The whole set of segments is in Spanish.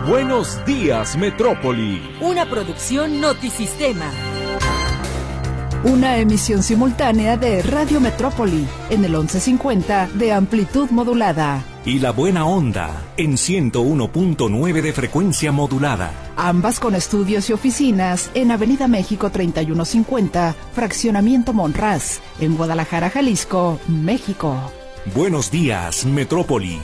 Buenos días, Metrópoli. Una producción Notisistema. Una emisión simultánea de Radio Metrópoli en el 1150 de amplitud modulada. Y La Buena Onda en 101.9 de frecuencia modulada. Ambas con estudios y oficinas en Avenida México 3150, Fraccionamiento Monraz, en Guadalajara, Jalisco, México. Buenos días, Metrópoli.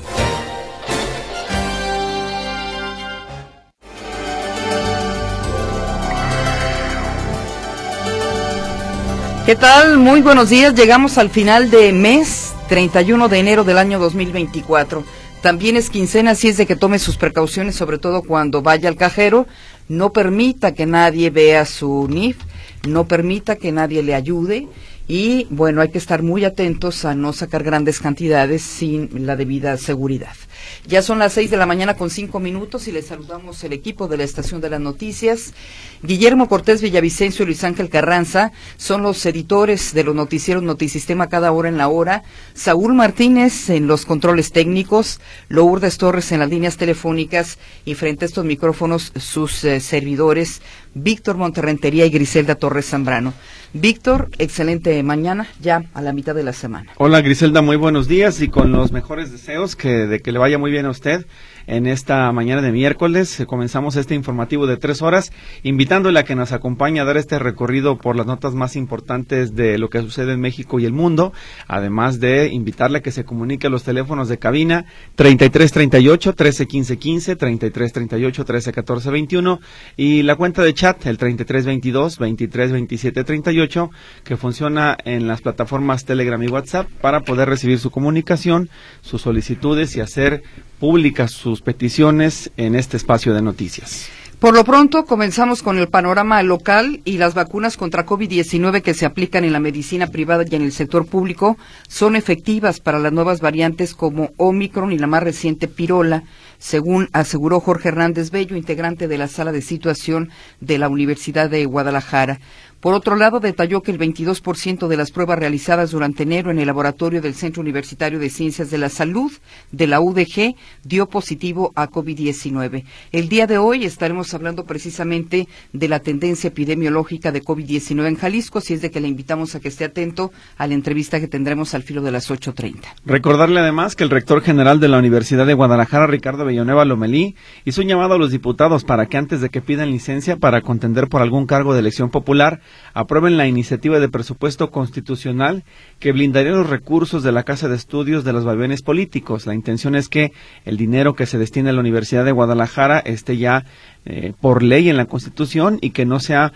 ¿Qué tal? Muy buenos días. Llegamos al final de mes, 31 de enero del año 2024. También es quincena, así es de que tome sus precauciones, sobre todo cuando vaya al cajero. No permita que nadie vea su NIF, no permita que nadie le ayude. Y, bueno, hay que estar muy atentos a no sacar grandes cantidades sin la debida seguridad. Ya son las 6 de la mañana con 5 minutos y les saludamos el equipo de la Estación de las Noticias. Guillermo Cortés Villavicencio y Luis Ángel Carranza son los editores de los noticieros Notisistema cada hora en la hora. Saúl Martínez en los controles técnicos, Lourdes Torres en las líneas telefónicas y frente a estos micrófonos sus servidores, Víctor Monterrentería y Griselda Torres Zambrano. Víctor, excelente mañana, ya a la mitad de la semana. Hola Griselda, muy buenos días y con los mejores deseos de que le vaya muy bien a usted. En esta mañana de miércoles comenzamos este informativo de 3 horas, invitándole a que nos acompañe a dar este recorrido por las notas más importantes de lo que sucede en México y el mundo, además de invitarle a que se comunique a los teléfonos de cabina 3338 131515, 3338 131421 y la cuenta de chat el 3322 232738 que funciona en las plataformas Telegram y WhatsApp para poder recibir su comunicación, sus solicitudes y hacer públicas sus peticiones en este espacio de noticias. Por lo pronto, comenzamos con el panorama local y las vacunas contra COVID-19 que se aplican en la medicina privada y en el sector público son efectivas para las nuevas variantes como Omicron y la más reciente Pirola, según aseguró Jorge Hernández Bello, integrante de la Sala de Situación de la Universidad de Guadalajara. Por otro lado, detalló que el 22% de las pruebas realizadas durante enero en el laboratorio del Centro Universitario de Ciencias de la Salud de la UDG dio positivo a COVID-19. El día de hoy estaremos hablando precisamente de la tendencia epidemiológica de COVID-19 en Jalisco, así es de que le invitamos a que esté atento a la entrevista que tendremos al filo de las 8:30. Recordarle además que el rector general de la Universidad de Guadalajara, Ricardo Villanueva Lomelí, hizo un llamado a los diputados para que antes de que pidan licencia para contender por algún cargo de elección popular, aprueben la iniciativa de presupuesto constitucional que blindaría los recursos de la Casa de Estudios de los vaivenes políticos. La intención es que el dinero que se destine a la Universidad de Guadalajara esté ya por ley en la Constitución y que no sea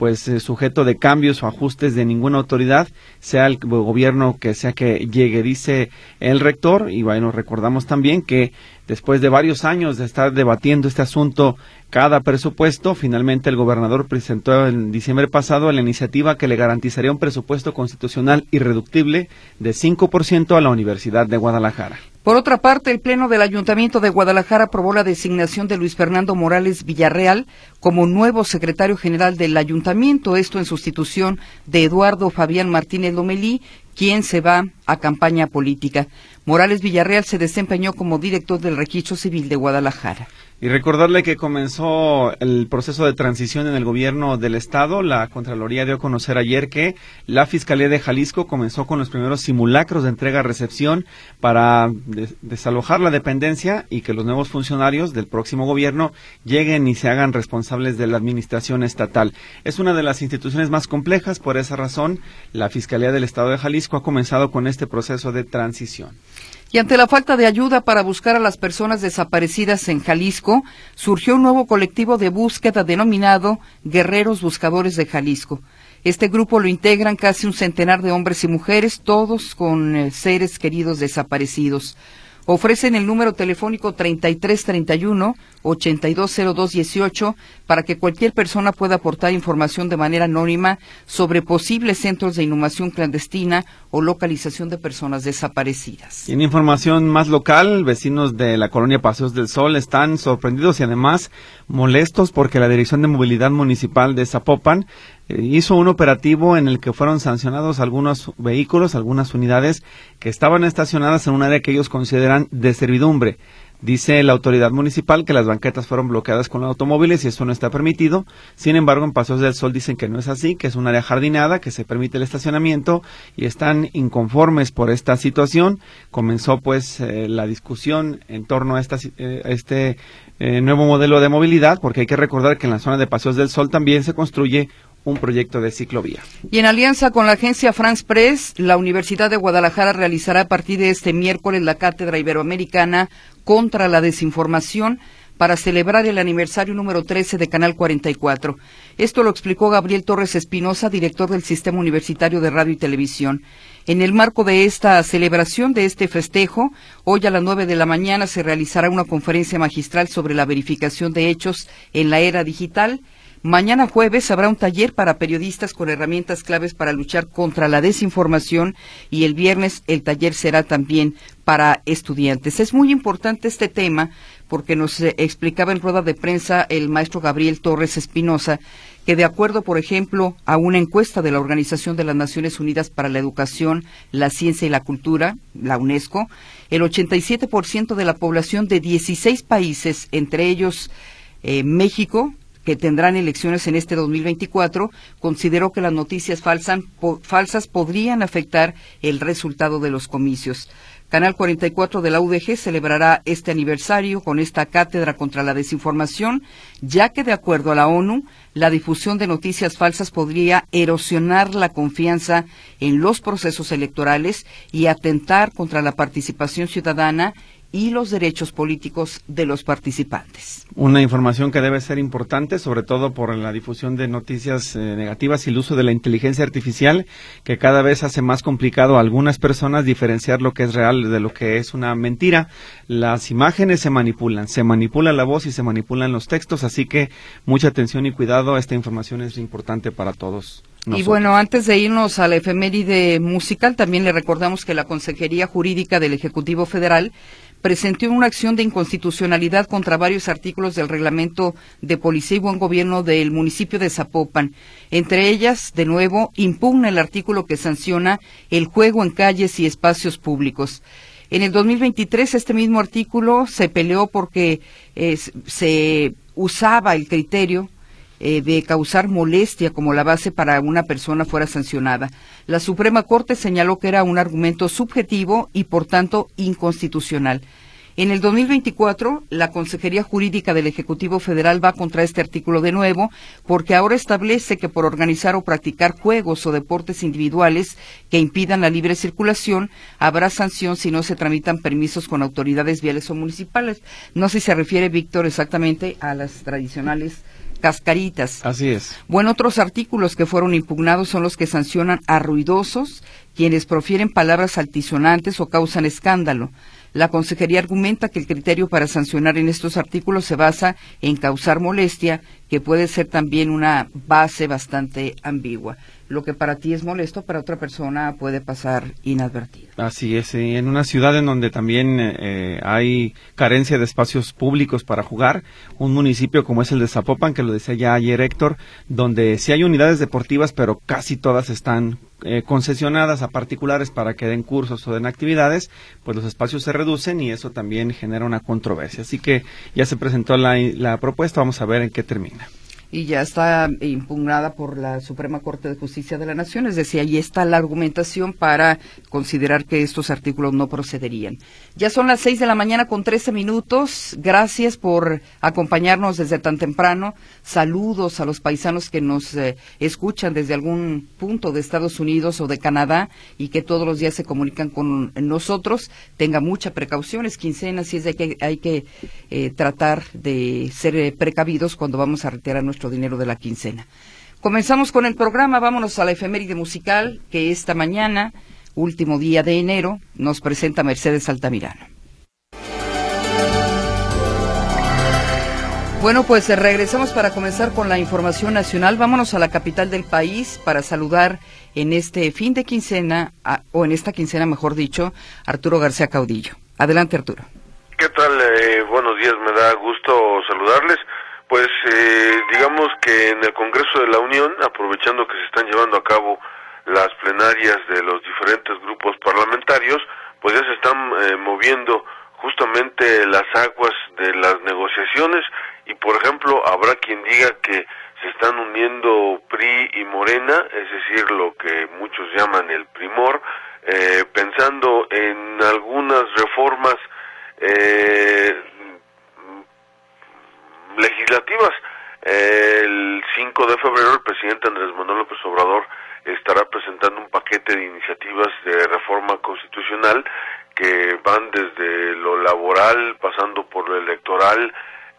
sujeto de cambios o ajustes de ninguna autoridad, sea el gobierno que sea que llegue, dice el rector. Y bueno, recordamos también que después de varios años de estar debatiendo este asunto, cada presupuesto, finalmente el gobernador presentó en diciembre pasado la iniciativa que le garantizaría un presupuesto constitucional irreductible de 5% a la Universidad de Guadalajara. Por otra parte, el Pleno del Ayuntamiento de Guadalajara aprobó la designación de Luis Fernando Morales Villarreal como nuevo secretario general del Ayuntamiento, esto en sustitución de Eduardo Fabián Martínez Lomelí, quien se va a campaña política. Morales Villarreal se desempeñó como director del Registro Civil de Guadalajara. Y recordarle que comenzó el proceso de transición en el gobierno del estado. La Contraloría dio a conocer ayer que la Fiscalía de Jalisco comenzó con los primeros simulacros de entrega-recepción para desalojar la dependencia y que los nuevos funcionarios del próximo gobierno lleguen y se hagan responsables de la administración estatal. Es una de las instituciones más complejas, por esa razón la Fiscalía del Estado de Jalisco ha comenzado con este proceso de transición. Y ante la falta de ayuda para buscar a las personas desaparecidas en Jalisco, surgió un nuevo colectivo de búsqueda denominado Guerreros Buscadores de Jalisco. Este grupo lo integran casi un centenar de hombres y mujeres, todos con seres queridos desaparecidos. Ofrecen el número telefónico 3331-820218 para que cualquier persona pueda aportar información de manera anónima sobre posibles centros de inhumación clandestina o localización de personas desaparecidas. Y en información más local, vecinos de la colonia Paseos del Sol están sorprendidos y además molestos porque la Dirección de Movilidad Municipal de Zapopan hizo un operativo en el que fueron sancionados algunos vehículos, algunas unidades que estaban estacionadas en un área que ellos consideran de servidumbre. Dice la autoridad municipal que las banquetas fueron bloqueadas con automóviles y eso no está permitido. Sin embargo, en Paseos del Sol dicen que no es así, que es un área jardinada, que se permite el estacionamiento y están inconformes por esta situación. Comenzó pues la discusión en torno a este nuevo modelo de movilidad, porque hay que recordar que en la zona de Paseos del Sol también se construye un proyecto de ciclovía. Y en alianza con la agencia France Press, la Universidad de Guadalajara realizará a partir de este miércoles la Cátedra Iberoamericana contra la Desinformación para celebrar el aniversario número 13 de Canal 44. Esto lo explicó Gabriel Torres Espinosa, director del Sistema Universitario de Radio y Televisión. En el marco de esta celebración, de este festejo, hoy a las 9 de la mañana se realizará una conferencia magistral sobre la verificación de hechos en la era digital. Mañana jueves habrá un taller para periodistas con herramientas claves para luchar contra la desinformación y el viernes el taller será también para estudiantes. Es muy importante este tema porque nos explicaba en rueda de prensa el maestro Gabriel Torres Espinosa que de acuerdo, por ejemplo, a una encuesta de la Organización de las Naciones Unidas para la Educación, la Ciencia y la Cultura, la UNESCO, el 87% de la población de 16 países, entre ellos México, que tendrán elecciones en este 2024, consideró que las noticias falsas podrían afectar el resultado de los comicios. Canal 44 de la UDG celebrará este aniversario con esta cátedra contra la desinformación, ya que de acuerdo a la ONU, la difusión de noticias falsas podría erosionar la confianza en los procesos electorales y atentar contra la participación ciudadana y los derechos políticos de los participantes. Una información que debe ser importante, sobre todo por la difusión de noticias negativas y el uso de la inteligencia artificial, que cada vez hace más complicado a algunas personas diferenciar lo que es real de lo que es una mentira. Las imágenes se manipula la voz y se manipulan los textos, así que mucha atención y cuidado, esta información es importante para todos nosotros. Y bueno, antes de irnos a la efeméride musical, también le recordamos que la Consejería Jurídica del Ejecutivo Federal presentó una acción de inconstitucionalidad contra varios artículos del Reglamento de Policía y Buen Gobierno del municipio de Zapopan. Entre ellas, de nuevo, impugna el artículo que sanciona el juego en calles y espacios públicos. En el 2023, este mismo artículo se peleó porque se usaba el criterio de causar molestia como la base para una persona fuera sancionada. La Suprema Corte señaló que era un argumento subjetivo y, por tanto, inconstitucional. En el 2024, la Consejería Jurídica del Ejecutivo Federal va contra este artículo de nuevo, porque ahora establece que por organizar o practicar juegos o deportes individuales que impidan la libre circulación, habrá sanción si no se tramitan permisos con autoridades viales o municipales. No sé si se refiere, Víctor, exactamente a las tradicionales cascaritas. Así es. Bueno, otros artículos que fueron impugnados son los que sancionan a ruidosos, quienes profieren palabras altisonantes o causan escándalo. La Consejería argumenta que el criterio para sancionar en estos artículos se basa en causar molestia, que puede ser también una base bastante ambigua. Lo que para ti es molesto, para otra persona puede pasar inadvertido. Así es, en una ciudad en donde también hay carencia de espacios públicos para jugar, un municipio como es el de Zapopan, que lo decía ya ayer Héctor, donde sí hay unidades deportivas, pero casi todas están concesionadas a particulares para que den cursos o den actividades, pues los espacios se reducen y eso también genera una controversia. Así que ya se presentó la propuesta, vamos a ver en qué termina. Y ya está impugnada por la Suprema Corte de Justicia de la Nación, es decir, ahí está la argumentación para considerar que estos artículos no procederían. Ya son las 6 de la mañana con 13 minutos, gracias por acompañarnos desde tan temprano, saludos a los paisanos que nos escuchan desde algún punto de Estados Unidos o de Canadá y que todos los días se comunican con nosotros, tenga mucha precaución, es quincena, así es de que hay que tratar de ser precavidos cuando vamos a retirar nuestro dinero de la quincena. Comenzamos con el programa, vámonos a la efeméride musical que esta mañana, último día de enero, nos presenta Mercedes Altamirano. Bueno, pues regresamos para comenzar con la información nacional. Vámonos a la capital del país para saludar en este fin de quincena, o en esta quincena mejor dicho, Arturo García Caudillo. Adelante, Arturo. ¿Qué tal? Buenos días, me da gusto saludarles. Pues digamos que en el Congreso de la Unión, aprovechando que se están llevando a cabo las plenarias de los diferentes grupos parlamentarios, pues ya se están moviendo justamente las aguas de las negociaciones, y por ejemplo habrá quien diga que se están uniendo PRI y Morena, es decir, lo que muchos llaman el primor, pensando en algunas reformas legislativas. El 5 de febrero el presidente Andrés Manuel López Obrador estará presentando un paquete de iniciativas de reforma constitucional que van desde lo laboral, pasando por lo electoral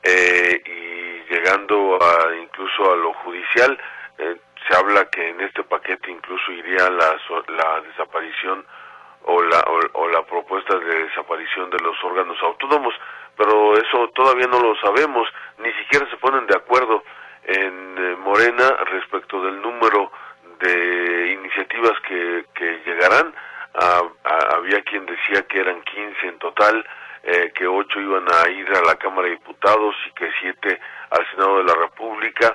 y llegando incluso a lo judicial. Se habla que en este paquete incluso iría la desaparición o la propuesta de desaparición de los órganos autónomos, pero eso todavía no lo sabemos, ni siquiera se ponen de acuerdo en Morena respecto del número de iniciativas que llegarán. Había quien decía que eran 15 en total, que 8 iban a ir a la Cámara de Diputados y que 7 al Senado de la República.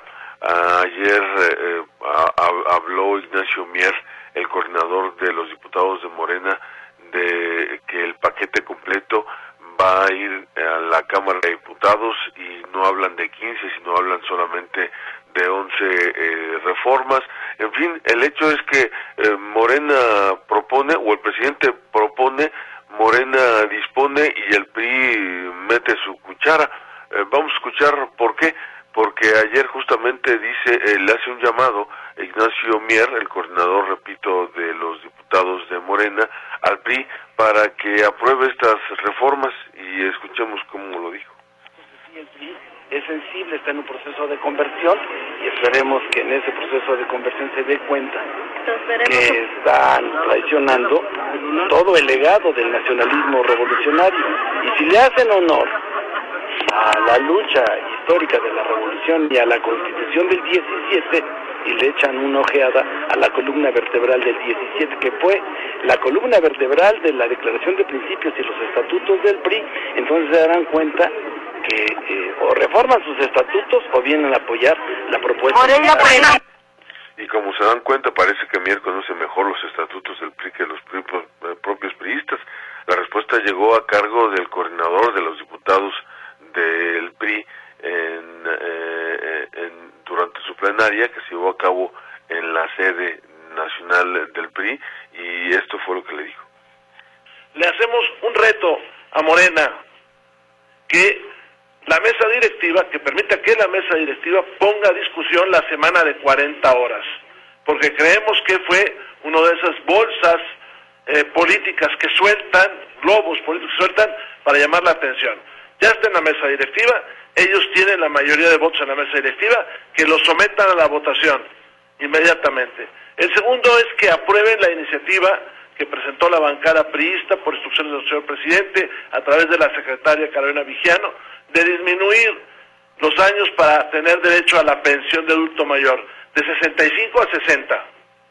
Ayer habló Ignacio Mier, el coordinador de los diputados de Morena, de que el paquete completo va a ir a la Cámara de Diputados y no hablan de 15, sino hablan solamente de 11 reformas. En fin, el hecho es que Morena propone, o el presidente propone, Morena dispone y el PRI mete su cuchara. Vamos a escuchar por qué. Porque ayer justamente le hace un llamado Ignacio Mier, el coordinador, repito, de los diputados de Morena, al PRI, para que apruebe estas reformas, y escuchemos cómo lo dijo. Sí, el PRI es sensible, está en un proceso de conversión, y esperemos que en ese proceso de conversión se dé cuenta que están traicionando todo el legado del nacionalismo revolucionario, y si le hacen honor a la lucha histórica de la revolución y a la Constitución del 17 y le echan una ojeada a la columna vertebral del 17, que fue la columna vertebral de la Declaración de Principios y los Estatutos del PRI, entonces se darán cuenta que o reforman sus estatutos o vienen a apoyar la propuesta. Y como se dan cuenta, parece que Mier conoce mejor los estatutos del PRI que los propios priistas. La respuesta llegó a cargo del coordinador de los diputados del PRI durante su plenaria que se llevó a cabo en la sede nacional del PRI, y esto fue lo que le dijo. Le hacemos un reto a Morena, que la mesa directiva, que permita que la mesa directiva ponga a discusión la semana de 40 horas, porque creemos que fue una de esas bolsas políticas que sueltan, globos políticos que sueltan para llamar la atención. Ya está en la mesa directiva, ellos tienen la mayoría de votos en la mesa directiva, que lo sometan a la votación inmediatamente. El segundo es que aprueben la iniciativa que presentó la bancada priista por instrucciones del señor presidente a través de la secretaria Carolina Vigiano, de disminuir los años para tener derecho a la pensión de adulto mayor, de 65 a 60.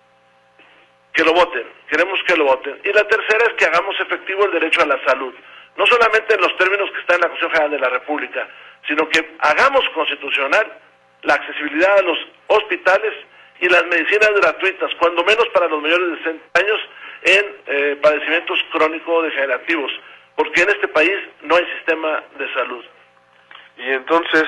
Que lo voten, queremos que lo voten. Y la tercera es que hagamos efectivo el derecho a la salud, no solamente en los términos que está en la Constitución General de la República, sino que hagamos constitucional la accesibilidad a los hospitales y las medicinas gratuitas, cuando menos para los mayores de 60 años en padecimientos crónico-degenerativos, porque en este país no hay sistema de salud. Y entonces,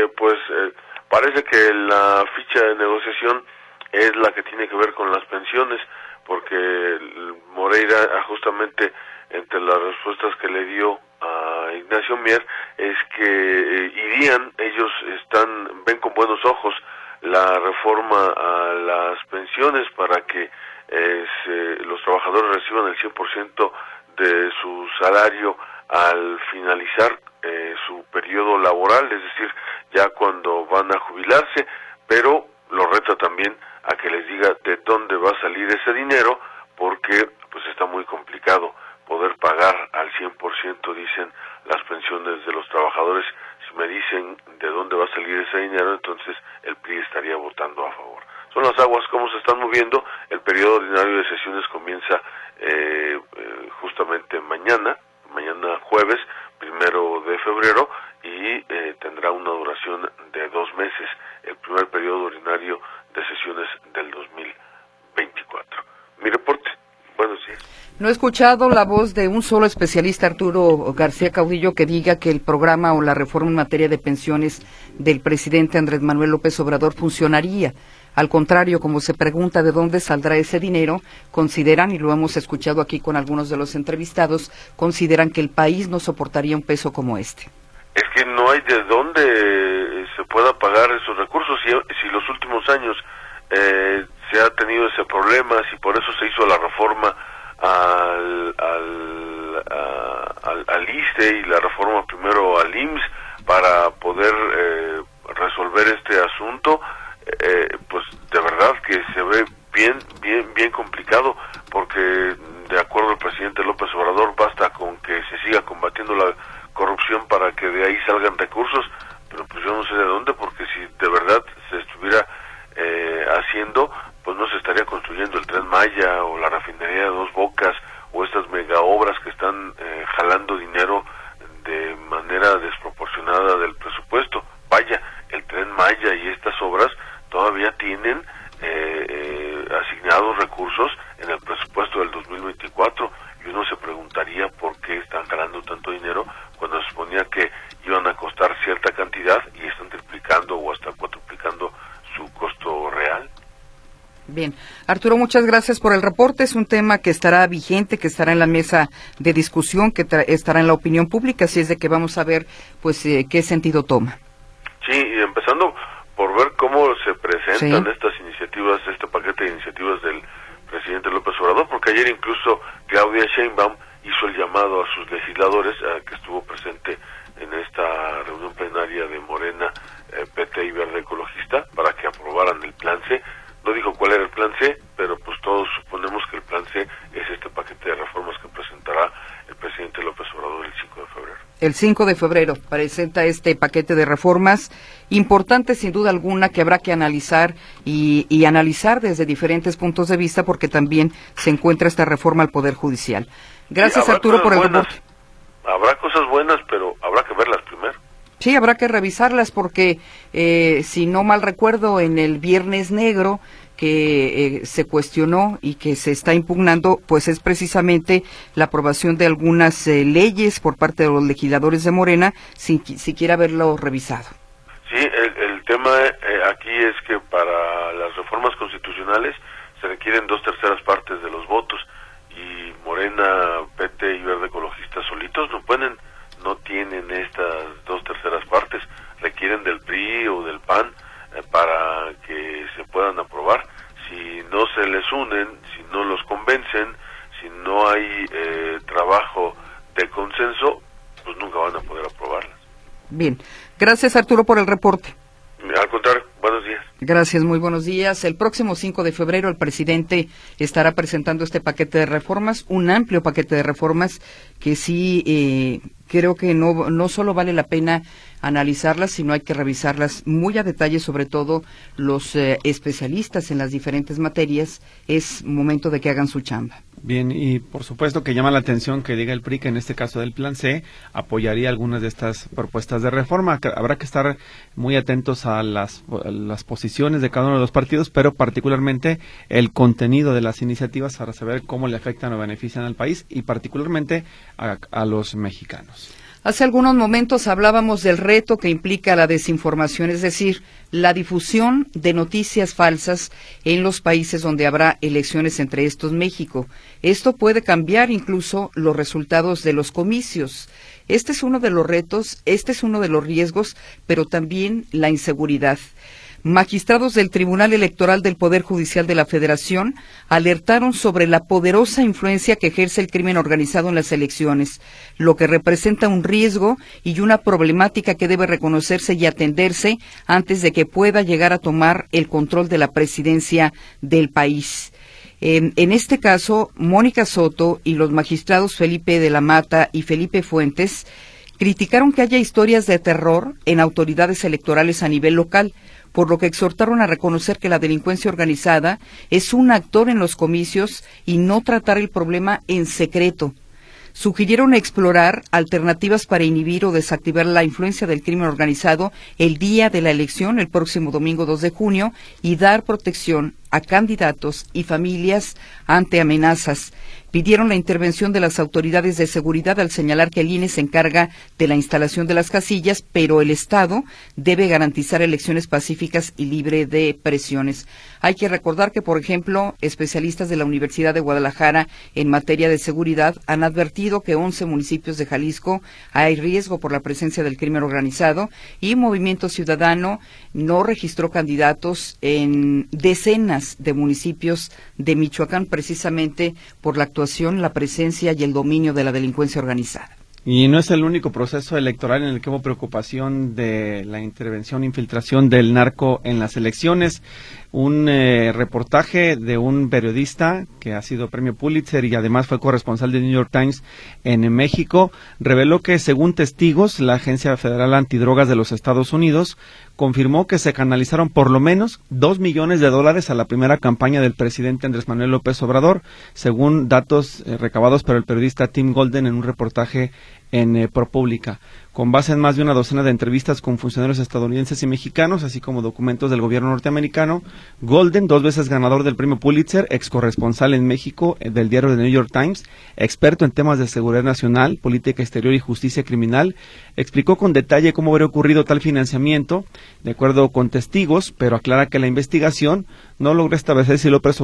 parece que la ficha de negociación es la que tiene que ver con las pensiones, porque Moreira justamente entre las respuestas que le dio a Ignacio Mier es que ellos ven con buenos ojos la reforma a las pensiones para que los trabajadores reciban el 100% de su salario al finalizar su periodo laboral, es decir, ya cuando van a jubilarse, pero lo reta también a que les diga de dónde va a salir ese dinero, porque pues está muy complicado poder pagar al 100%, dicen, las pensiones de los trabajadores. Si me dicen de dónde va a salir ese dinero, entonces el PRI estaría votando a favor. Son las aguas como se están moviendo. El periodo ordinario de sesiones comienza justamente mañana jueves, 1 de febrero, y tendrá una duración de 2 meses, el primer periodo ordinario de sesiones del 2024. Mi reporte. Buenos días. No he escuchado la voz de un solo especialista, Arturo García Caudillo, que diga que el programa o la reforma en materia de pensiones del presidente Andrés Manuel López Obrador funcionaría. Al contrario, como se pregunta de dónde saldrá ese dinero, consideran, y lo hemos escuchado aquí con algunos de los entrevistados, consideran que el país no soportaría un peso como este. Es que no hay de dónde se pueda pagar esos recursos. Si los últimos años se ha tenido ese problema, si por eso se hizo la reforma al ISSSTE y la reforma primero al IMSS para poder resolver este asunto, pues de verdad que se ve bien complicado, porque de acuerdo al presidente López Obrador basta con que se siga combatiendo la corrupción para que de ahí salgan recursos, pero pues yo no sé de dónde, porque si de verdad se estuviera haciendo, pues no se estaría construyendo el Tren Maya o la refinería de Dos Bocas o estas mega obras que están jalando dinero de manera desproporcionada del presupuesto. Vaya, el Tren Maya y estas obras todavía tienen asignados recursos en el presupuesto del 2024 y uno se preguntaría por qué están jalando tanto dinero cuando se suponía que iban a costar cierta cantidad y están triplicando o hasta cuatruplicando su costo real. Bien, Arturo, muchas gracias por el reporte. Es un tema que estará vigente, que estará en la mesa de discusión, que estará en la opinión pública, así es de que vamos a ver pues qué sentido toma. Sí, y empezando por ver cómo se presentan estas iniciativas, este paquete de iniciativas del presidente López Obrador, porque ayer incluso Claudia Sheinbaum hizo el llamado a sus legisladores, que estuvo presente en esta reunión plenaria de Morena, PT y Verde Ecologista, para que aprobaran el Plan C. No dijo cuál era el Plan C, pero pues todos suponemos que el Plan C es este paquete de reformas que presentará el presidente López Obrador el 5 de febrero. El 5 de febrero presenta este paquete de reformas importantes, sin duda alguna, que habrá que analizar y analizar desde diferentes puntos de vista, porque también se encuentra esta reforma al Poder Judicial. Gracias, Arturo, por el reporte. Habrá cosas buenas, pero habrá que verlas primero. Sí, habrá que revisarlas porque, si no mal recuerdo, en el Viernes Negro que se cuestionó y que se está impugnando, pues es precisamente la aprobación de algunas leyes por parte de los legisladores de Morena, sin siquiera haberlo revisado. Sí, el tema aquí es que para las reformas constitucionales se requieren 2/3 partes de los votos, y Morena, PT y Verde Ecologista solitos no tienen estas 2/3 partes, requieren del PRI o del PAN para que se puedan aprobar. Si no se les unen, si no los convencen, si no hay trabajo de consenso, pues nunca van a poder aprobarlas. Bien, gracias, Arturo, por el reporte. Al contrario, buenos días. Gracias, muy buenos días. El próximo 5 de febrero el presidente estará presentando este paquete de reformas, un amplio paquete de reformas que sí creo que no solo vale la pena analizarlas, sino hay que revisarlas muy a detalle, sobre todo los especialistas en las diferentes materias. Es momento de que hagan su chamba. Bien, y por supuesto que llama la atención que diga el PRI que en este caso del Plan C apoyaría algunas de estas propuestas de reforma. Habrá que estar muy atentos a las posiciones de cada uno de los partidos, pero particularmente el contenido de las iniciativas para saber cómo le afectan o benefician al país y particularmente a los mexicanos. Hace algunos momentos hablábamos del reto que implica la desinformación, es decir, la difusión de noticias falsas en los países donde habrá elecciones, entre estos México. Esto puede cambiar incluso los resultados de los comicios. Este es uno de los retos, este es uno de los riesgos, pero también la inseguridad. Magistrados del Tribunal Electoral del Poder Judicial de la Federación alertaron sobre la poderosa influencia que ejerce el crimen organizado en las elecciones, lo que representa un riesgo y una problemática que debe reconocerse y atenderse antes de que pueda llegar a tomar el control de la presidencia del país. En este caso, Mónica Soto y los magistrados Felipe de la Mata y Felipe Fuentes criticaron que haya historias de terror en autoridades electorales a nivel local, por lo que exhortaron a reconocer que la delincuencia organizada es un actor en los comicios y no tratar el problema en secreto. Sugirieron explorar alternativas para inhibir o desactivar la influencia del crimen organizado el día de la elección, el próximo domingo 2 de junio, y dar protección a candidatos y familias ante amenazas. pidieron la intervención de las autoridades de seguridad al señalar que el INE se encarga de la instalación de las casillas, pero el Estado debe garantizar elecciones pacíficas y libre de presiones. Hay que recordar que, por ejemplo, especialistas de la Universidad de Guadalajara en materia de seguridad han advertido que 11 municipios de Jalisco hay riesgo por la presencia del crimen organizado y Movimiento Ciudadano no registró candidatos en decenas de municipios de Michoacán precisamente por la actuación, la presencia y el dominio de la delincuencia organizada. Y no es el único proceso electoral en el que hubo preocupación de la intervención, infiltración del narco en las elecciones. Un reportaje de un periodista que ha sido premio Pulitzer y además fue corresponsal de New York Times en México, reveló que, según testigos, la Agencia Federal Antidrogas de los Estados Unidos confirmó que se canalizaron por lo menos $2 millones a la primera campaña del presidente Andrés Manuel López Obrador, según datos recabados por el periodista Tim Golden en un reportaje en ProPublica. Con base en más de una docena de entrevistas con funcionarios estadounidenses y mexicanos, así como documentos del gobierno norteamericano, Golden, 2 veces ganador del premio Pulitzer, ex corresponsal en México del diario The New York Times, experto en temas de seguridad nacional, política exterior y justicia criminal, explicó con detalle cómo habría ocurrido tal financiamiento, de acuerdo con testigos, pero aclara que la investigación no logró establecer si López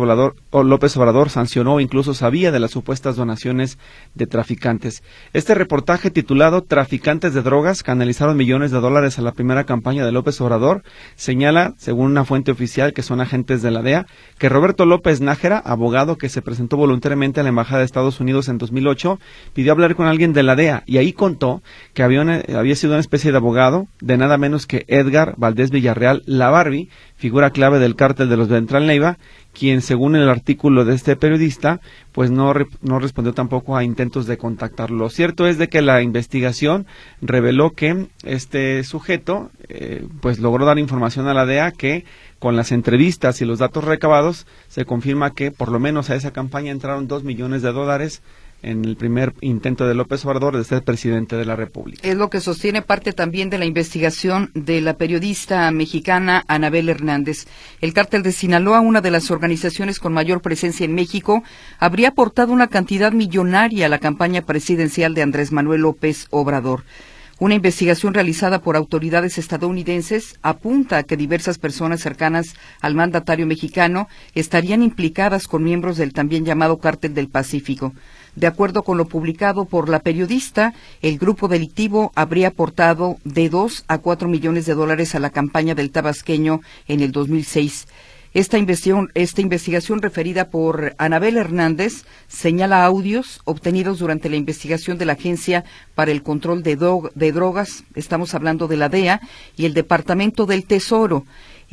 Obrador sancionó o incluso sabía de las supuestas donaciones de traficantes. Este reportaje, titulado "Traficantes de drogas canalizaron millones de dólares a la primera campaña de López Obrador", señala, según una fuente oficial que son agentes de la DEA, que Roberto López Nájera, abogado que se presentó voluntariamente a la Embajada de Estados Unidos en 2008, pidió hablar con alguien de la DEA y ahí contó que había sido una especie de abogado de nada menos que Edgar Valdés Villarreal, la Barbie, figura clave del cártel de los Beltrán Leiva, quien, según el artículo de este periodista, pues no respondió tampoco a intentos de contactarlo. Lo cierto es de que la investigación reveló que este sujeto pues logró dar información a la DEA que, con las entrevistas y los datos recabados, se confirma que por lo menos a esa campaña entraron $2 millones en el primer intento de López Obrador de ser presidente de la República. Es lo que sostiene parte también de la investigación de la periodista mexicana Anabel Hernández. El cártel de Sinaloa, una de las organizaciones con mayor presencia en México, habría aportado una cantidad millonaria a la campaña presidencial de Andrés Manuel López Obrador. Una investigación realizada por autoridades estadounidenses apunta a que diversas personas cercanas al mandatario mexicano estarían implicadas con miembros del también llamado Cártel del Pacífico. De acuerdo con lo publicado por la periodista, el grupo delictivo habría aportado de 2 a 4 millones de dólares a la campaña del tabasqueño en el 2006. Esta investigación referida por Anabel Hernández señala audios obtenidos durante la investigación de la Agencia para el Control de Drogas, estamos hablando de la DEA, y el Departamento del Tesoro,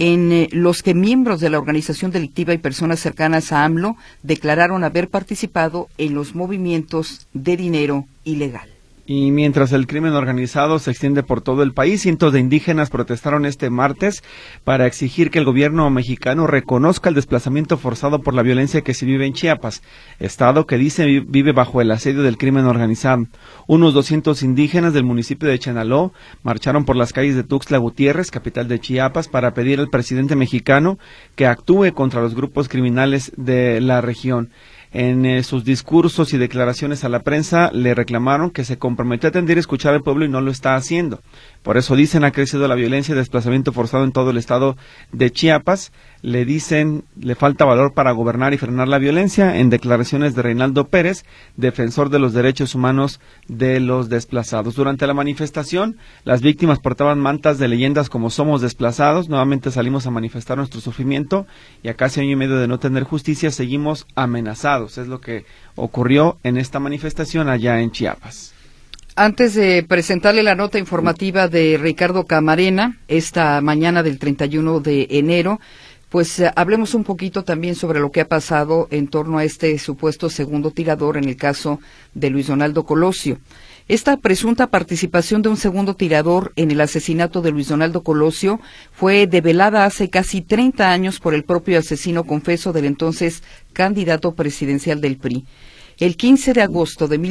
en los que miembros de la organización delictiva y personas cercanas a AMLO declararon haber participado en los movimientos de dinero ilegal. Y mientras el crimen organizado se extiende por todo el país, cientos de indígenas protestaron este martes para exigir que el gobierno mexicano reconozca el desplazamiento forzado por la violencia que se vive en Chiapas, estado que dice vive bajo el asedio del crimen organizado. Unos 200 indígenas del municipio de Chenaló marcharon por las calles de Tuxtla Gutiérrez, capital de Chiapas, para pedir al presidente mexicano que actúe contra los grupos criminales de la región. En sus discursos y declaraciones a la prensa le reclamaron que se comprometió a atender y escuchar al pueblo y no lo está haciendo. Por eso dicen ha crecido la violencia y desplazamiento forzado en todo el estado de Chiapas. Le dicen le falta valor para gobernar y frenar la violencia, en declaraciones de Reinaldo Pérez, defensor de los derechos humanos de los desplazados. Durante la manifestación, las víctimas portaban mantas de leyendas como "Somos desplazados", nuevamente salimos a manifestar nuestro sufrimiento y a casi año y medio de no tener justicia seguimos amenazados. Es lo que ocurrió en esta manifestación allá en Chiapas. Antes de presentarle la nota informativa de Ricardo Camarena, esta mañana del 31 de enero, pues hablemos un poquito también sobre lo que ha pasado en torno a este supuesto segundo tirador en el caso de Luis Donaldo Colosio. Esta presunta participación de un segundo tirador en el asesinato de Luis Donaldo Colosio fue develada hace casi 30 años por el propio asesino confeso del entonces candidato presidencial del PRI. El 15 de agosto de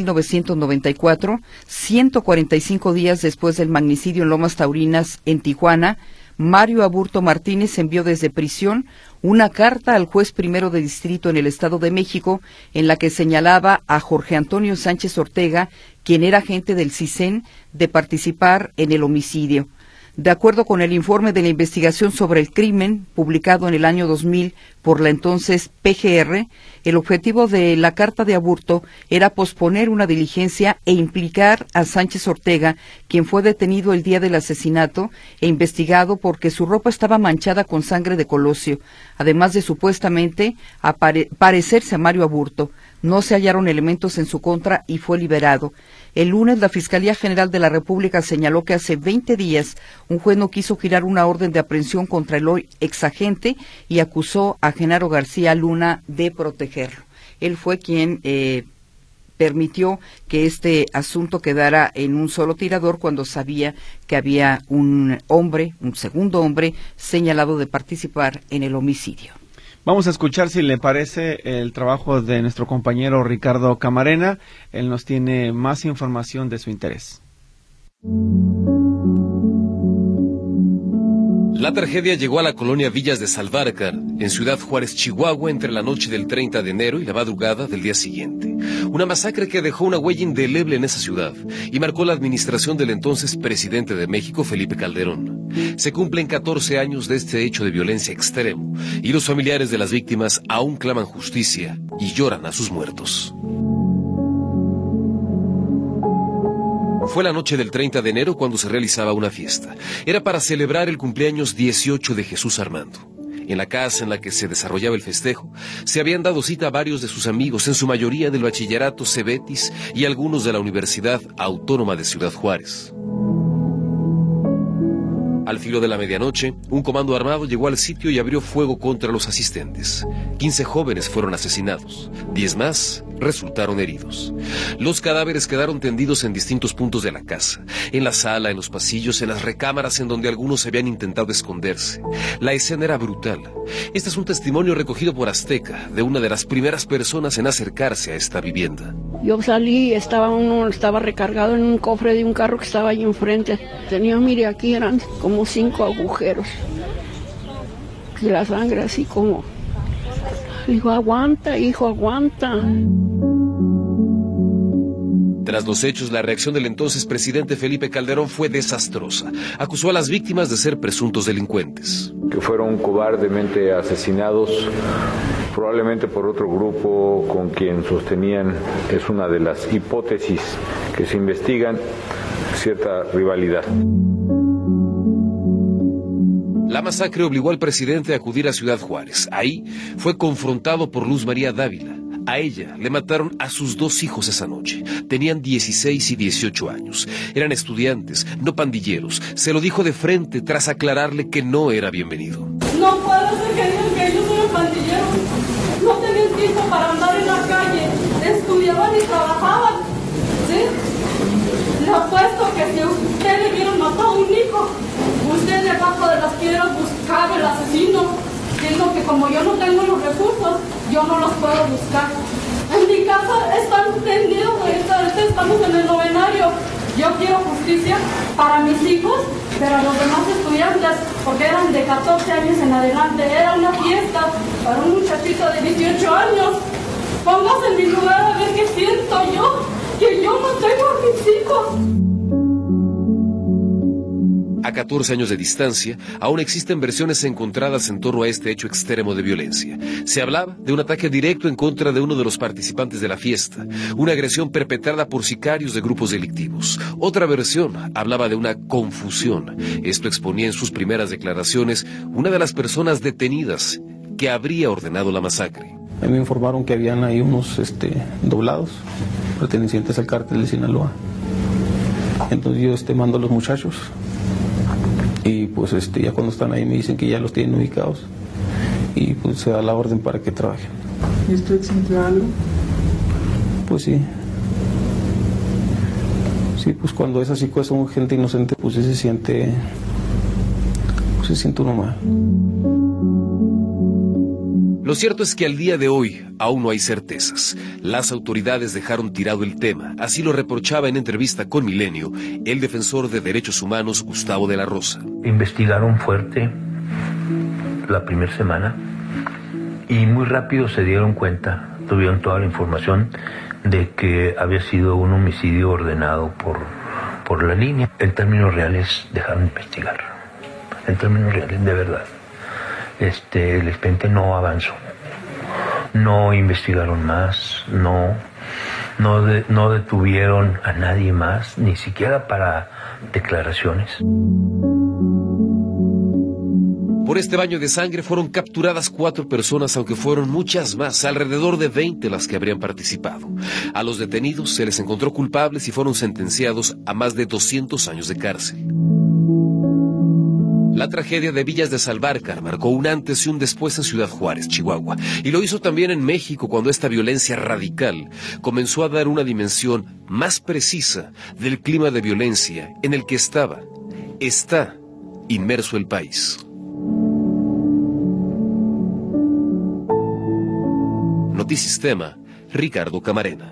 1994, 145 días después del magnicidio en Lomas Taurinas, en Tijuana, Mario Aburto Martínez envió desde prisión una carta al juez primero de distrito en el Estado de México en la que señalaba a Jorge Antonio Sánchez Ortega, quien era agente del CISEN, de participar en el homicidio. De acuerdo con el informe de la investigación sobre el crimen, publicado en el año 2000 por la entonces PGR, el objetivo de la carta de Aburto era posponer una diligencia e implicar a Sánchez Ortega, quien fue detenido el día del asesinato e investigado porque su ropa estaba manchada con sangre de Colosio, además de supuestamente parecerse a Mario Aburto. No se hallaron elementos en su contra y fue liberado. El lunes, la Fiscalía General de la República señaló que hace 20 días un juez no quiso girar una orden de aprehensión contra el hoy exagente y acusó a Genaro García Luna de protegerlo. Él fue quien permitió que este asunto quedara en un solo tirador cuando sabía que había un segundo hombre, señalado de participar en el homicidio. Vamos a escuchar, si le parece, el trabajo de nuestro compañero Ricardo Camarena. Él nos tiene más información de su interés. La tragedia llegó a la colonia Villas de Salvarcar, en Ciudad Juárez, Chihuahua, entre la noche del 30 de enero y la madrugada del día siguiente. Una masacre que dejó una huella indeleble en esa ciudad y marcó la administración del entonces presidente de México, Felipe Calderón. Se cumplen 14 años de este hecho de violencia extremo y los familiares de las víctimas aún claman justicia y lloran a sus muertos. Fue la noche del 30 de enero cuando se realizaba una fiesta. Era para celebrar el cumpleaños 18 de Jesús Armando. En la casa en la que se desarrollaba el festejo, se habían dado cita a varios de sus amigos, en su mayoría del bachillerato Cebetis y algunos de la Universidad Autónoma de Ciudad Juárez. Al filo de la medianoche, un comando armado llegó al sitio y abrió fuego contra los asistentes. 15 jóvenes fueron asesinados, 10 más resultaron heridos. Los cadáveres quedaron tendidos en distintos puntos de la casa, en la sala, en los pasillos, en las recámaras en donde algunos habían intentado esconderse. La escena era brutal. Este es un testimonio recogido por Azteca, de una de las primeras personas en acercarse a esta vivienda. Yo salí, estaba recargado en un cofre de un carro que estaba ahí enfrente. Tenía, mire, aquí eran como 5 agujeros. Y la sangre así como... Digo, aguanta, hijo, aguanta. Tras los hechos, la reacción del entonces presidente Felipe Calderón fue desastrosa. Acusó a las víctimas de ser presuntos delincuentes. Que fueron cobardemente asesinados, probablemente por otro grupo con quien sostenían, es una de las hipótesis que se investigan, cierta rivalidad. La masacre obligó al presidente a acudir a Ciudad Juárez. Ahí fue confrontado por Luz María Dávila. A ella le mataron a sus 2 hijos esa noche. Tenían 16 y 18 años. Eran estudiantes, no pandilleros. Se lo dijo de frente tras aclararle que no era bienvenido. No puedo ser que digan que yo soy un pandillero. No tenían tiempo para andar en la calle. Estudiaban y trabajaban. ¿Sí? Le apuesto que si usted le hubieran matado a un hijo, usted debajo de las piedras buscaba el asesino. Siendo que como yo no tengo los recursos, yo no los puedo buscar. En mi casa están tendidos, estamos en el novenario. Yo quiero justicia para mis hijos, pero los demás estudiantes, porque eran de 14 años en adelante, era una fiesta para un muchachito de 18 años. Póngase en mi lugar a ver qué siento yo, que yo no tengo a mis hijos. A 14 años de distancia, aún existen versiones encontradas en torno a este hecho extremo de violencia. Se hablaba de un ataque directo en contra de uno de los participantes de la fiesta, una agresión perpetrada por sicarios de grupos delictivos. Otra versión hablaba de una confusión. Esto exponía en sus primeras declaraciones una de las personas detenidas que habría ordenado la masacre. Me informaron que habían ahí unos doblados pertenecientes al cártel de Sinaloa. Entonces yo mando a los muchachos. Y pues ya cuando están ahí me dicen que ya los tienen ubicados y pues se da la orden para que trabajen. ¿Y usted sintió algo? Pues sí. Sí, pues cuando es así, pues son gente inocente, pues sí se siente uno mal. Lo cierto es que al día de hoy aún no hay certezas. Las autoridades dejaron tirado el tema, así lo reprochaba en entrevista con Milenio el defensor de derechos humanos Gustavo de la Rosa. Investigaron fuerte la primera semana y muy rápido se dieron cuenta, tuvieron toda la información de que había sido un homicidio ordenado por la línea. En términos reales dejaron de investigar, en términos reales de verdad. El expediente no avanzó, no investigaron más, no detuvieron a nadie más, ni siquiera para declaraciones. Por este baño de sangre fueron capturadas 4 personas, aunque fueron muchas más, alrededor de 20 las que habrían participado. A los detenidos se les encontró culpables y fueron sentenciados a más de 200 años de cárcel. La tragedia de Villas de Salvarcar marcó un antes y un después en Ciudad Juárez, Chihuahua, y lo hizo también en México cuando esta violencia radical comenzó a dar una dimensión más precisa del clima de violencia en el que está inmerso el país. Notisistema, Ricardo Camarena.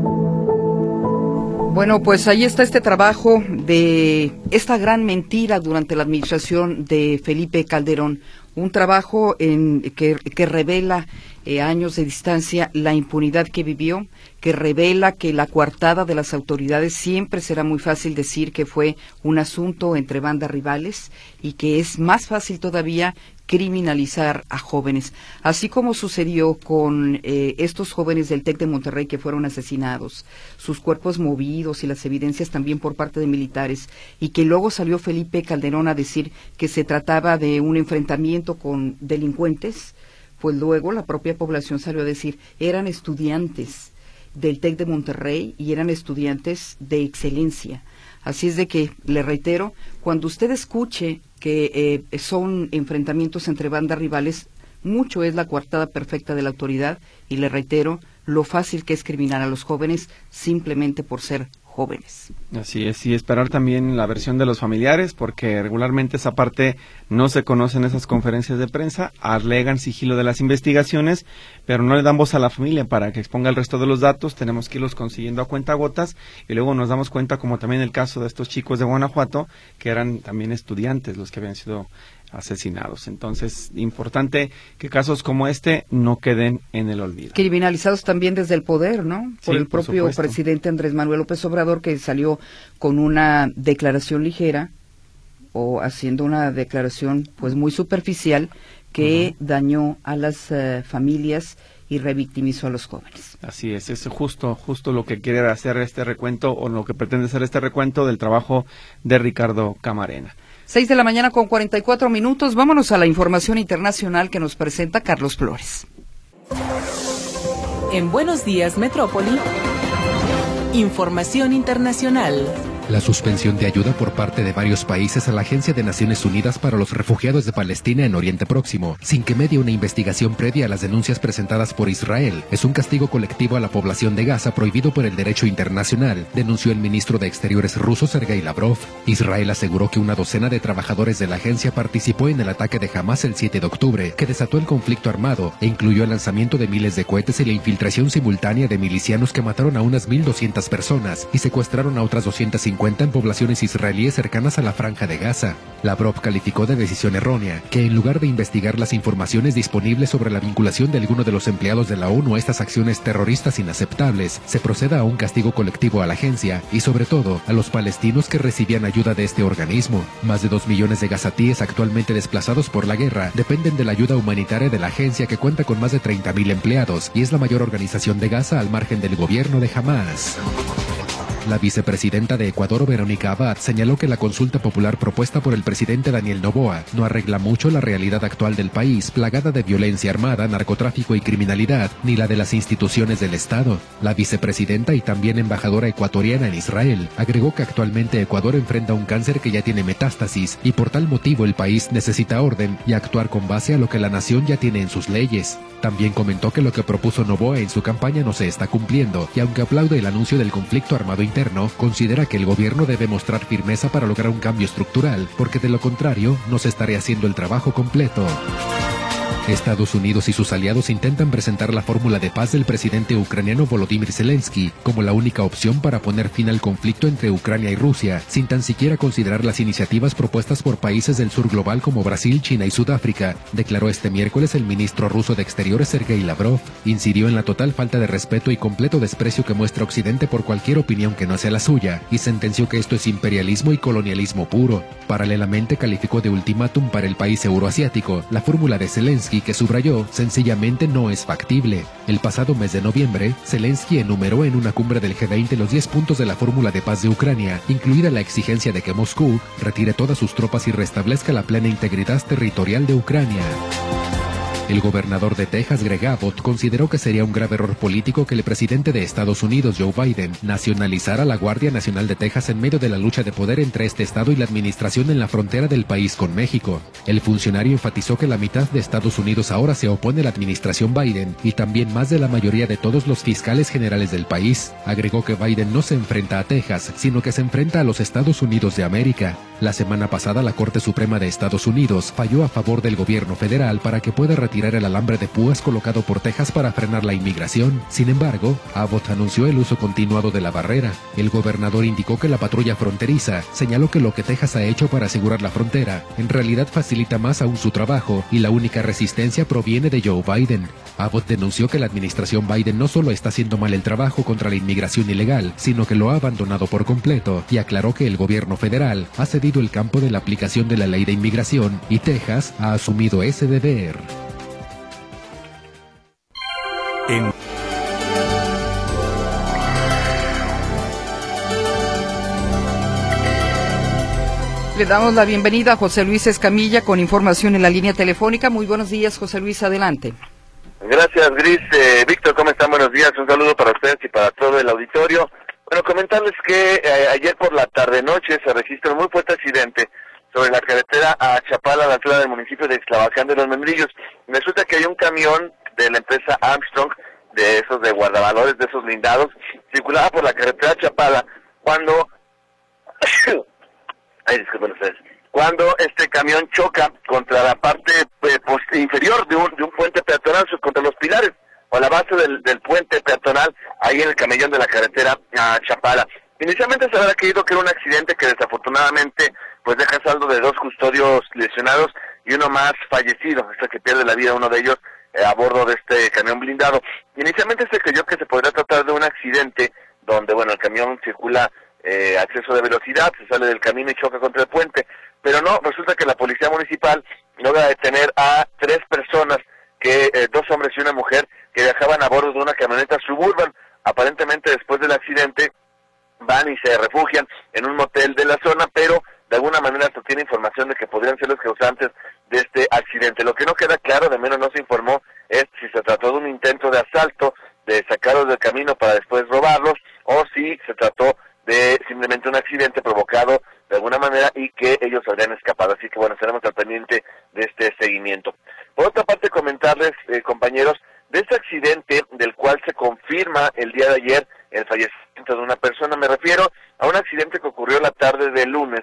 Bueno, pues ahí está este trabajo de esta gran mentira durante la administración de Felipe Calderón, un trabajo que revela años de distancia la impunidad que vivió, que revela que la coartada de las autoridades siempre será muy fácil decir que fue un asunto entre bandas rivales y que es más fácil todavía criminalizar a jóvenes, así como sucedió con estos jóvenes del TEC de Monterrey que fueron asesinados, sus cuerpos movidos y las evidencias también por parte de militares, y que luego salió Felipe Calderón a decir que se trataba de un enfrentamiento con delincuentes. Pues luego la propia población salió a decir, eran estudiantes del TEC de Monterrey y eran estudiantes de excelencia. Así es de que, le reitero, cuando usted escuche que son enfrentamientos entre bandas rivales, mucho es la coartada perfecta de la autoridad, y le reitero lo fácil que es criminalizar a los jóvenes simplemente por ser jóvenes. Así es, y esperar también la versión de los familiares, porque regularmente esa parte no se conoce en esas conferencias de prensa, alegan sigilo de las investigaciones, pero no le dan voz a la familia para que exponga el resto de los datos. Tenemos que irlos consiguiendo a cuentagotas, y luego nos damos cuenta, como también el caso de estos chicos de Guanajuato, que eran también estudiantes los que habían sido asesinados. Entonces, importante que casos como este no queden en el olvido. Criminalizados también desde el poder, ¿no? Por el propio presidente Andrés Manuel López Obrador, que salió con una declaración ligera o haciendo una declaración pues muy superficial que dañó a las familias y revictimizó a los jóvenes. Así es justo lo que quiere hacer este recuento, o lo que pretende hacer este recuento del trabajo de Ricardo Camarena. 6:44 a.m. Vámonos a la información internacional que nos presenta Carlos Flores. En Buenos Días, Metrópoli, información internacional. La suspensión de ayuda por parte de varios países a la Agencia de Naciones Unidas para los Refugiados de Palestina en Oriente Próximo, sin que medie una investigación previa a las denuncias presentadas por Israel, es un castigo colectivo a la población de Gaza prohibido por el derecho internacional, denunció el ministro de Exteriores ruso Sergei Lavrov. Israel aseguró que una docena de trabajadores de la agencia participó en el ataque de Hamás el 7 de octubre, que desató el conflicto armado e incluyó el lanzamiento de miles de cohetes y la infiltración simultánea de milicianos que mataron a unas 1.200 personas y secuestraron a otras 250 en poblaciones israelíes cercanas a la Franja de Gaza. Lavrov calificó de decisión errónea que, en lugar de investigar las informaciones disponibles sobre la vinculación de alguno de los empleados de la ONU a estas acciones terroristas inaceptables, se proceda a un castigo colectivo a la agencia y, sobre todo, a los palestinos que recibían ayuda de este organismo. Más de 2 millones de gazatíes actualmente desplazados por la guerra dependen de la ayuda humanitaria de la agencia, que cuenta con más de 30.000 empleados y es la mayor organización de Gaza al margen del gobierno de Hamás. La vicepresidenta de Ecuador, Verónica Abad, señaló que la consulta popular propuesta por el presidente Daniel Noboa no arregla mucho la realidad actual del país, plagada de violencia armada, narcotráfico y criminalidad, ni la de las instituciones del Estado. La vicepresidenta y también embajadora ecuatoriana en Israel agregó que actualmente Ecuador enfrenta un cáncer que ya tiene metástasis y por tal motivo el país necesita orden y actuar con base a lo que la nación ya tiene en sus leyes. También comentó que lo que propuso Noboa en su campaña no se está cumpliendo y, aunque aplaude el anuncio del conflicto armado interno, considera que el gobierno debe mostrar firmeza para lograr un cambio estructural, porque de lo contrario no se estaría haciendo el trabajo completo. Estados Unidos y sus aliados intentan presentar la fórmula de paz del presidente ucraniano Volodymyr Zelensky como la única opción para poner fin al conflicto entre Ucrania y Rusia, sin tan siquiera considerar las iniciativas propuestas por países del sur global como Brasil, China y Sudáfrica, declaró este miércoles el ministro ruso de Exteriores Sergei Lavrov. Incidió en la total falta de respeto y completo desprecio que muestra Occidente por cualquier opinión que no sea la suya, y sentenció que esto es imperialismo y colonialismo puro. Paralelamente calificó de ultimátum para el país euroasiático la fórmula de Zelensky, que subrayó sencillamente no es factible. El pasado mes de noviembre, Zelensky enumeró en una cumbre del G20 los 10 puntos de la fórmula de paz de Ucrania, incluida la exigencia de que Moscú retire todas sus tropas y restablezca la plena integridad territorial de Ucrania. El gobernador de Texas, Greg Abbott, consideró que sería un grave error político que el presidente de Estados Unidos, Joe Biden, nacionalizara la Guardia Nacional de Texas en medio de la lucha de poder entre este estado y la administración en la frontera del país con México. El funcionario enfatizó que la mitad de Estados Unidos ahora se opone a la administración Biden y también más de la mayoría de todos los fiscales generales del país. Agregó que Biden no se enfrenta a Texas, sino que se enfrenta a los Estados Unidos de América. La semana pasada, la Corte Suprema de Estados Unidos falló a favor del gobierno federal para que pueda retirar el alambre de púas colocado por Texas para frenar la inmigración. Sin embargo, Abbott anunció el uso continuado de la barrera. El gobernador indicó que la patrulla fronteriza señaló que lo que Texas ha hecho para asegurar la frontera en realidad facilita más aún su trabajo y la única resistencia proviene de Joe Biden. Abbott denunció que la administración Biden no solo está haciendo mal el trabajo contra la inmigración ilegal, sino que lo ha abandonado por completo, y aclaró que el gobierno federal ha cedido el campo de la aplicación de la ley de inmigración y Texas ha asumido ese deber. Le damos la bienvenida a José Luis Escamilla con información en la línea telefónica. Muy buenos días, José Luis, adelante. Gracias, Gris. Víctor, ¿cómo están? Buenos días. Un saludo para ustedes y para todo el auditorio. Bueno, comentarles que ayer por la tarde-noche se registró un muy fuerte accidente sobre la carretera a Chapala, a la altura del municipio de Ixtlavacán de los Membrillos. Resulta que hay un camión de la empresa Armstrong, de esos de guardavalores, de esos blindados, circulaba por la carretera Chapala cuando cuando este camión choca contra la parte inferior de un puente peatonal, contra los pilares o la base del puente peatonal, ahí en el camellón de la carretera a Chapala. Inicialmente se había creído que era un accidente que desafortunadamente pues deja saldo de 2 custodios lesionados y uno más fallecido, hasta que pierde la vida uno de ellos a bordo de este camión blindado. Inicialmente se creyó que se podría tratar de un accidente donde, bueno, el camión circula a exceso de velocidad, se sale del camino y choca contra el puente, pero no, resulta que la policía municipal logra detener a 3 personas, 2 hombres y una mujer, que viajaban a bordo de una camioneta Suburban. Aparentemente después del accidente van y se refugian en un motel de la zona, pero de alguna manera se tiene información de que podrían ser los causantes de este accidente. Lo que no queda claro, de menos no se informó, es si se trató de un intento de asalto, de sacarlos del camino para después robarlos, o si se trató de simplemente un accidente provocado de alguna manera y que ellos habrían escapado. Así que bueno, estaremos al pendiente de este seguimiento. Por otra parte, comentarles, compañeros, de este accidente del cual se confirma el día de ayer el fallecimiento de una persona. Me refiero a un accidente que ocurrió la tarde del lunes.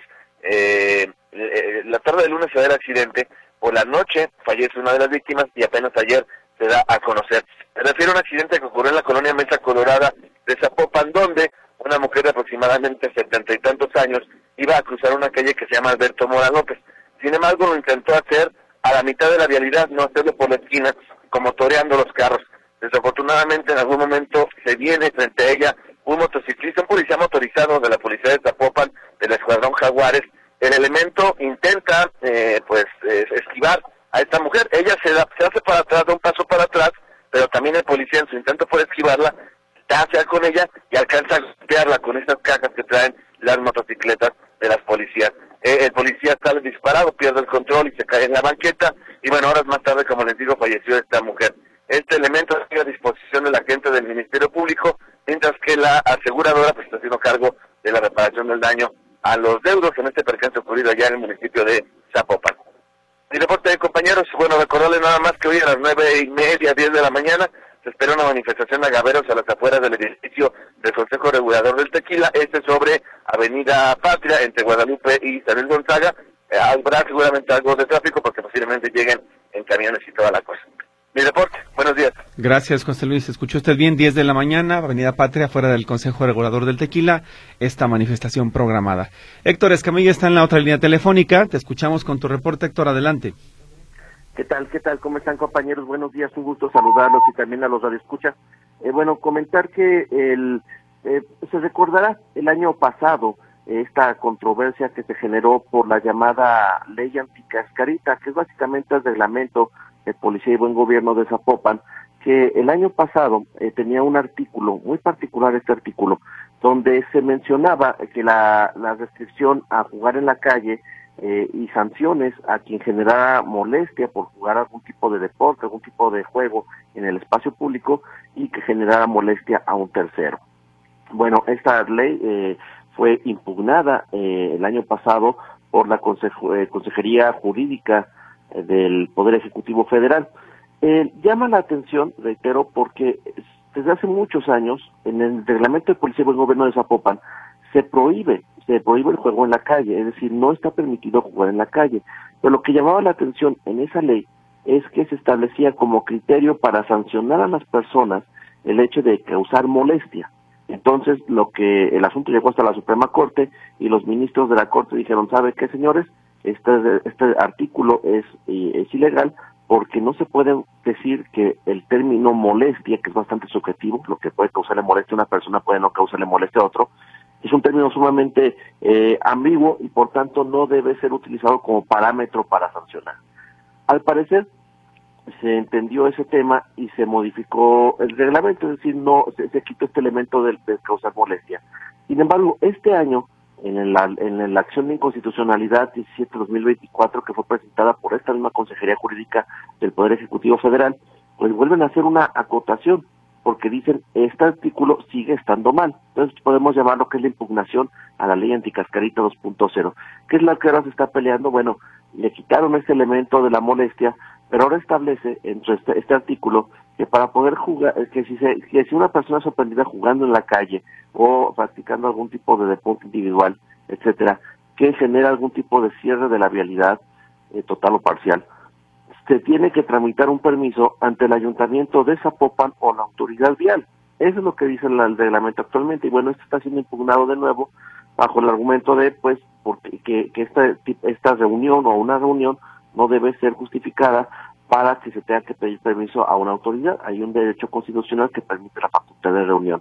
La tarde del lunes se da el accidente, por la noche fallece una de las víctimas y apenas ayer se da a conocer. Me refiero a un accidente que ocurrió en la colonia Mesa Colorada de Zapopan, donde una mujer de aproximadamente 70 y tantos años iba a cruzar una calle que se llama Alberto Mora López. Sin embargo, lo intentó hacer a la mitad de la vialidad, no hacerlo por la esquina, como toreando los carros. Desafortunadamente, en algún momento se viene frente a ella un motociclista, un policía motorizado de la policía de Zapopan, del Escuadrón Jaguares. El elemento intenta, esquivar a esta mujer. Ella se hace para atrás, da un paso para atrás, pero también el policía, en su intento por esquivarla, hacia con ella y alcanza a golpearla con estas cajas que traen las motocicletas de las policías. El policía sale disparado, pierde el control y se cae en la banqueta, y bueno, horas más tarde, como les digo, falleció esta mujer. Este elemento sigue a disposición de la gente del Ministerio Público, mientras que la aseguradora pues está haciendo cargo de la reparación del daño a los deudos en este percance ocurrido allá en el municipio de Zapopan. Mi reporte, compañeros, bueno, recordarles nada más que hoy a las 9:30, 10 de la mañana, se espera una manifestación de agaveros a las afueras del edificio del Consejo Regulador del Tequila, sobre Avenida Patria, entre Guadalupe y San Luis Gonzaga. Habrá seguramente algo de tráfico porque posiblemente lleguen en camiones y toda la cosa. mi reporte. Buenos días. Gracias, José Luis. Escuchó usted bien, 10 de la mañana, Avenida Patria, fuera del Consejo Regulador del Tequila, esta manifestación programada. Héctor Escamilla está en la otra línea telefónica. Te escuchamos con tu reporte, Héctor, adelante. ¿Qué tal? ¿Cómo están, compañeros? Buenos días, un gusto saludarlos y también a los radioescuchas. Comentar que se recordará el año pasado esta controversia que se generó por la llamada ley anticascarita, que es básicamente el reglamento de Policía y Buen Gobierno de Zapopan, que el año pasado tenía un artículo, muy particular este artículo, donde se mencionaba que la restricción a jugar en la calle y sanciones a quien generara molestia por jugar algún tipo de deporte, algún tipo de juego en el espacio público y que generara molestia a un tercero. Bueno, esta ley fue impugnada el año pasado por la Consejería Jurídica del Poder Ejecutivo Federal. Llama la atención, reitero, porque desde hace muchos años en el reglamento de Policía y Buen Gobierno de Zapopan se prohíbe el juego en la calle, es decir, no está permitido jugar en la calle. Pero lo que llamaba la atención en esa ley es que se establecía como criterio para sancionar a las personas el hecho de causar molestia. Entonces, el asunto llegó hasta la Suprema Corte y los ministros de la Corte dijeron, ¿sabe qué, señores? Este artículo es ilegal porque no se puede decir que el término molestia, que es bastante subjetivo, lo que puede causarle molestia a una persona puede no causarle molestia a otro, es un término sumamente ambiguo y por tanto no debe ser utilizado como parámetro para sancionar. Al parecer se entendió ese tema y se modificó el reglamento, es decir, no se quitó este elemento de causar molestia. Sin embargo, este año, en la acción de inconstitucionalidad 17-2024 que fue presentada por esta misma Consejería Jurídica del Poder Ejecutivo Federal, pues vuelven a hacer una acotación, porque dicen, este artículo sigue estando mal. Entonces podemos llamarlo que es la impugnación a la ley anticascarita 2.0. ¿Qué es la que ahora se está peleando? Bueno, le quitaron este elemento de la molestia, pero ahora establece entre este artículo que para poder jugar, que si una persona es sorprendida jugando en la calle o practicando algún tipo de deporte individual, etcétera, que genera algún tipo de cierre de la vialidad, total o parcial, se tiene que tramitar un permiso ante el Ayuntamiento de Zapopan o la autoridad vial. Eso es lo que dice el reglamento actualmente, y bueno, esto está siendo impugnado de nuevo bajo el argumento de, pues, que esta reunión o una reunión no debe ser justificada para que se tenga que pedir permiso a una autoridad. Hay un derecho constitucional que permite la facultad de reunión.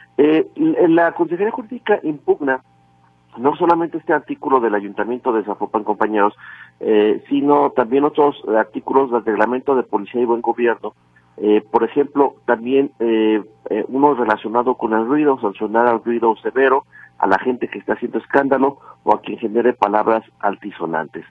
La Consejería Jurídica impugna no solamente este artículo del Ayuntamiento de Zapopan, compañeros, sino también otros artículos del Reglamento de Policía y Buen Gobierno. Por ejemplo, también uno relacionado con el ruido, sancionar al ruido severo, a la gente que está haciendo escándalo o a quien genere palabras altisonantes.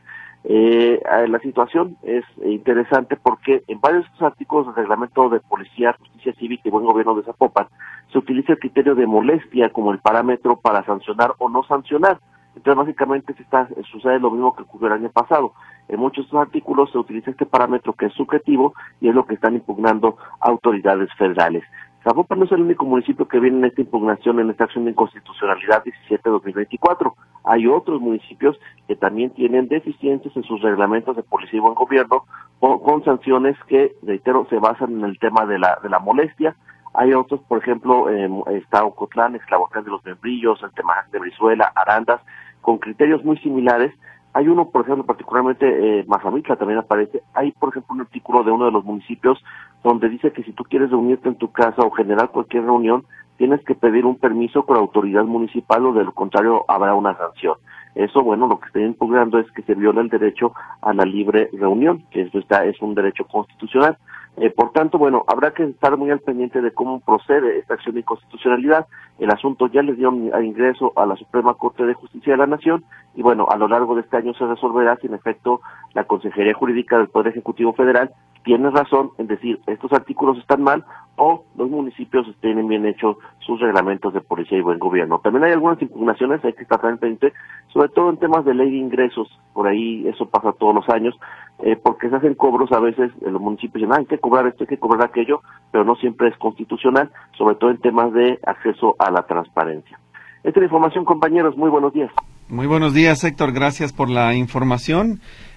La situación es interesante porque en varios de estos artículos del Reglamento de Policía, Justicia Cívica y Buen Gobierno de Zapopan se utiliza el criterio de molestia como el parámetro para sancionar o no sancionar. Entonces, básicamente sucede lo mismo que ocurrió el año pasado. En muchos de estos artículos se utiliza este parámetro que es subjetivo y es lo que están impugnando autoridades federales. Zapopan no es el único municipio que viene en esta impugnación, en esta acción de inconstitucionalidad 17-2024. Hay otros municipios que también tienen deficiencias en sus reglamentos de policía y buen gobierno, con sanciones que, reitero, se basan en el tema de la molestia. Hay otros, por ejemplo, está Ocotlán, Esclavocán de los Membrillos, el tema de Brizuela, Arandas, con criterios muy similares. Hay uno, por ejemplo, particularmente Mazamitla también aparece. Hay, por ejemplo, un artículo de uno de los municipios donde dice que si tú quieres reunirte en tu casa o generar cualquier reunión, tienes que pedir un permiso con la autoridad municipal o de lo contrario habrá una sanción. Eso, bueno, lo que estoy impugnando es que se viola el derecho a la libre reunión, que esto es un derecho constitucional. Por tanto, bueno, habrá que estar muy al pendiente de cómo procede esta acción de inconstitucionalidad. El asunto ya les dio ingreso a la Suprema Corte de Justicia de la Nación y, bueno, a lo largo de este año se resolverá si en efecto la Consejería Jurídica del Poder Ejecutivo Federal tiene razón en decir estos artículos están mal o los municipios tienen bien hechos sus reglamentos de policía y buen gobierno. También hay algunas impugnaciones, hay que estar también pendiente, sobre todo en temas de ley de ingresos, por ahí eso pasa todos los años, porque se hacen cobros a veces, en los municipios dicen, hay que cobrar esto, hay que cobrar aquello, pero no siempre es constitucional, sobre todo en temas de acceso a la transparencia. Esta es la información, compañeros, muy buenos días. Muy buenos días, Héctor, gracias por la información.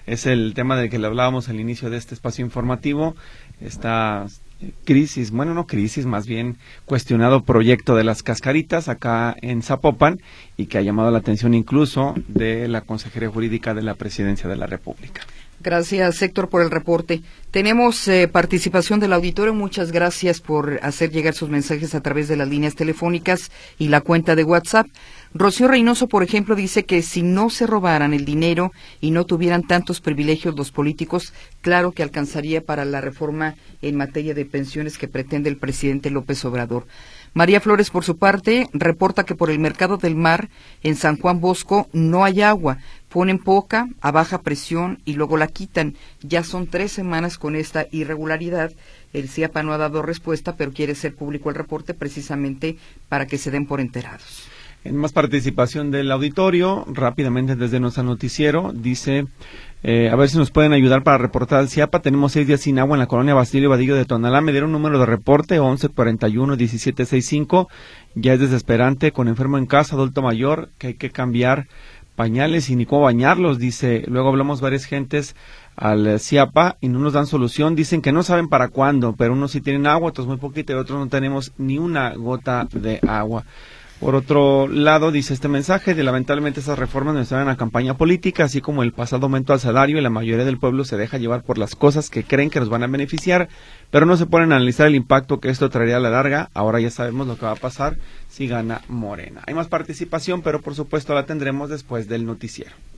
es el tema del que le hablábamos al inicio de este espacio informativo, esta crisis, bueno, no crisis, más bien cuestionado proyecto de las cascaritas acá en Zapopan, y que ha llamado la atención incluso de la Consejería Jurídica de la Presidencia de la República. Gracias, Héctor, por el reporte. Tenemos participación del auditorio. Muchas gracias por hacer llegar sus mensajes a través de las líneas telefónicas y la cuenta de WhatsApp. Rocío Reynoso, por ejemplo, dice que si no se robaran el dinero y no tuvieran tantos privilegios los políticos, claro que alcanzaría para la reforma en materia de pensiones que pretende el presidente López Obrador. María Flores, por su parte, reporta que por el Mercado del Mar, en San Juan Bosco, no hay agua. Ponen poca, a baja presión y luego la quitan. Ya son 3 semanas con esta irregularidad. El CIAPA no ha dado respuesta, pero quiere ser público el reporte precisamente para que se den por enterados. En más participación del auditorio, rápidamente desde nuestro noticiero, dice, a ver si nos pueden ayudar para reportar al CIAPA. Tenemos 6 días sin agua en la colonia Basilio Vadillo de Tonalá. Me dieron un número de reporte, 1141-1765. Ya es desesperante, con enfermo en casa, adulto mayor, que hay que cambiar pañales y ni cómo bañarlos, dice. Luego hablamos varias gentes al CIAPA y no nos dan solución. Dicen que no saben para cuándo, pero unos sí tienen agua, otros muy poquito y otros no tenemos ni una gota de agua. Por otro lado, dice este mensaje, lamentablemente esas reformas nos están en la campaña política, así como el pasado aumento al salario, y la mayoría del pueblo se deja llevar por las cosas que creen que nos van a beneficiar, pero no se ponen a analizar el impacto que esto traería a la larga. Ahora ya sabemos lo que va a pasar si gana Morena. Hay más participación, pero por supuesto la tendremos después del noticiero.